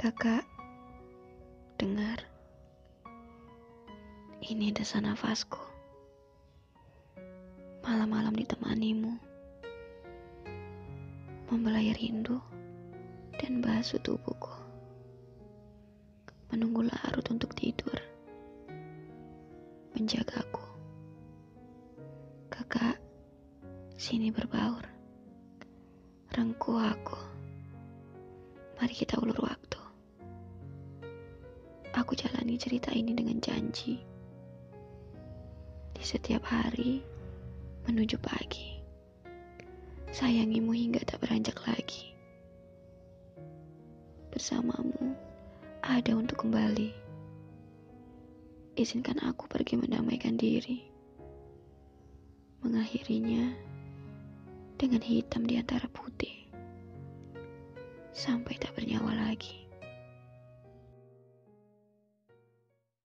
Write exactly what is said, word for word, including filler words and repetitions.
Kakak, dengar. Ini desah nafasku. Malam-malam ditemanimu. Membelai rindu dan basuh tubuhku. Menunggu larut untuk tidur. Menjagaku. Kakak, sini berbaur. Rengkuh aku. Mari kita ulur waktu. Aku jalani cerita ini dengan janji. Di setiap hari menuju pagi. Sayangimu hingga tak beranjak lagi. Bersamamu ada untuk kembali. Izinkan aku pergi mendamaikan diri. Mengakhirinya dengan hitam di antara putih. Sampai tak bernyawa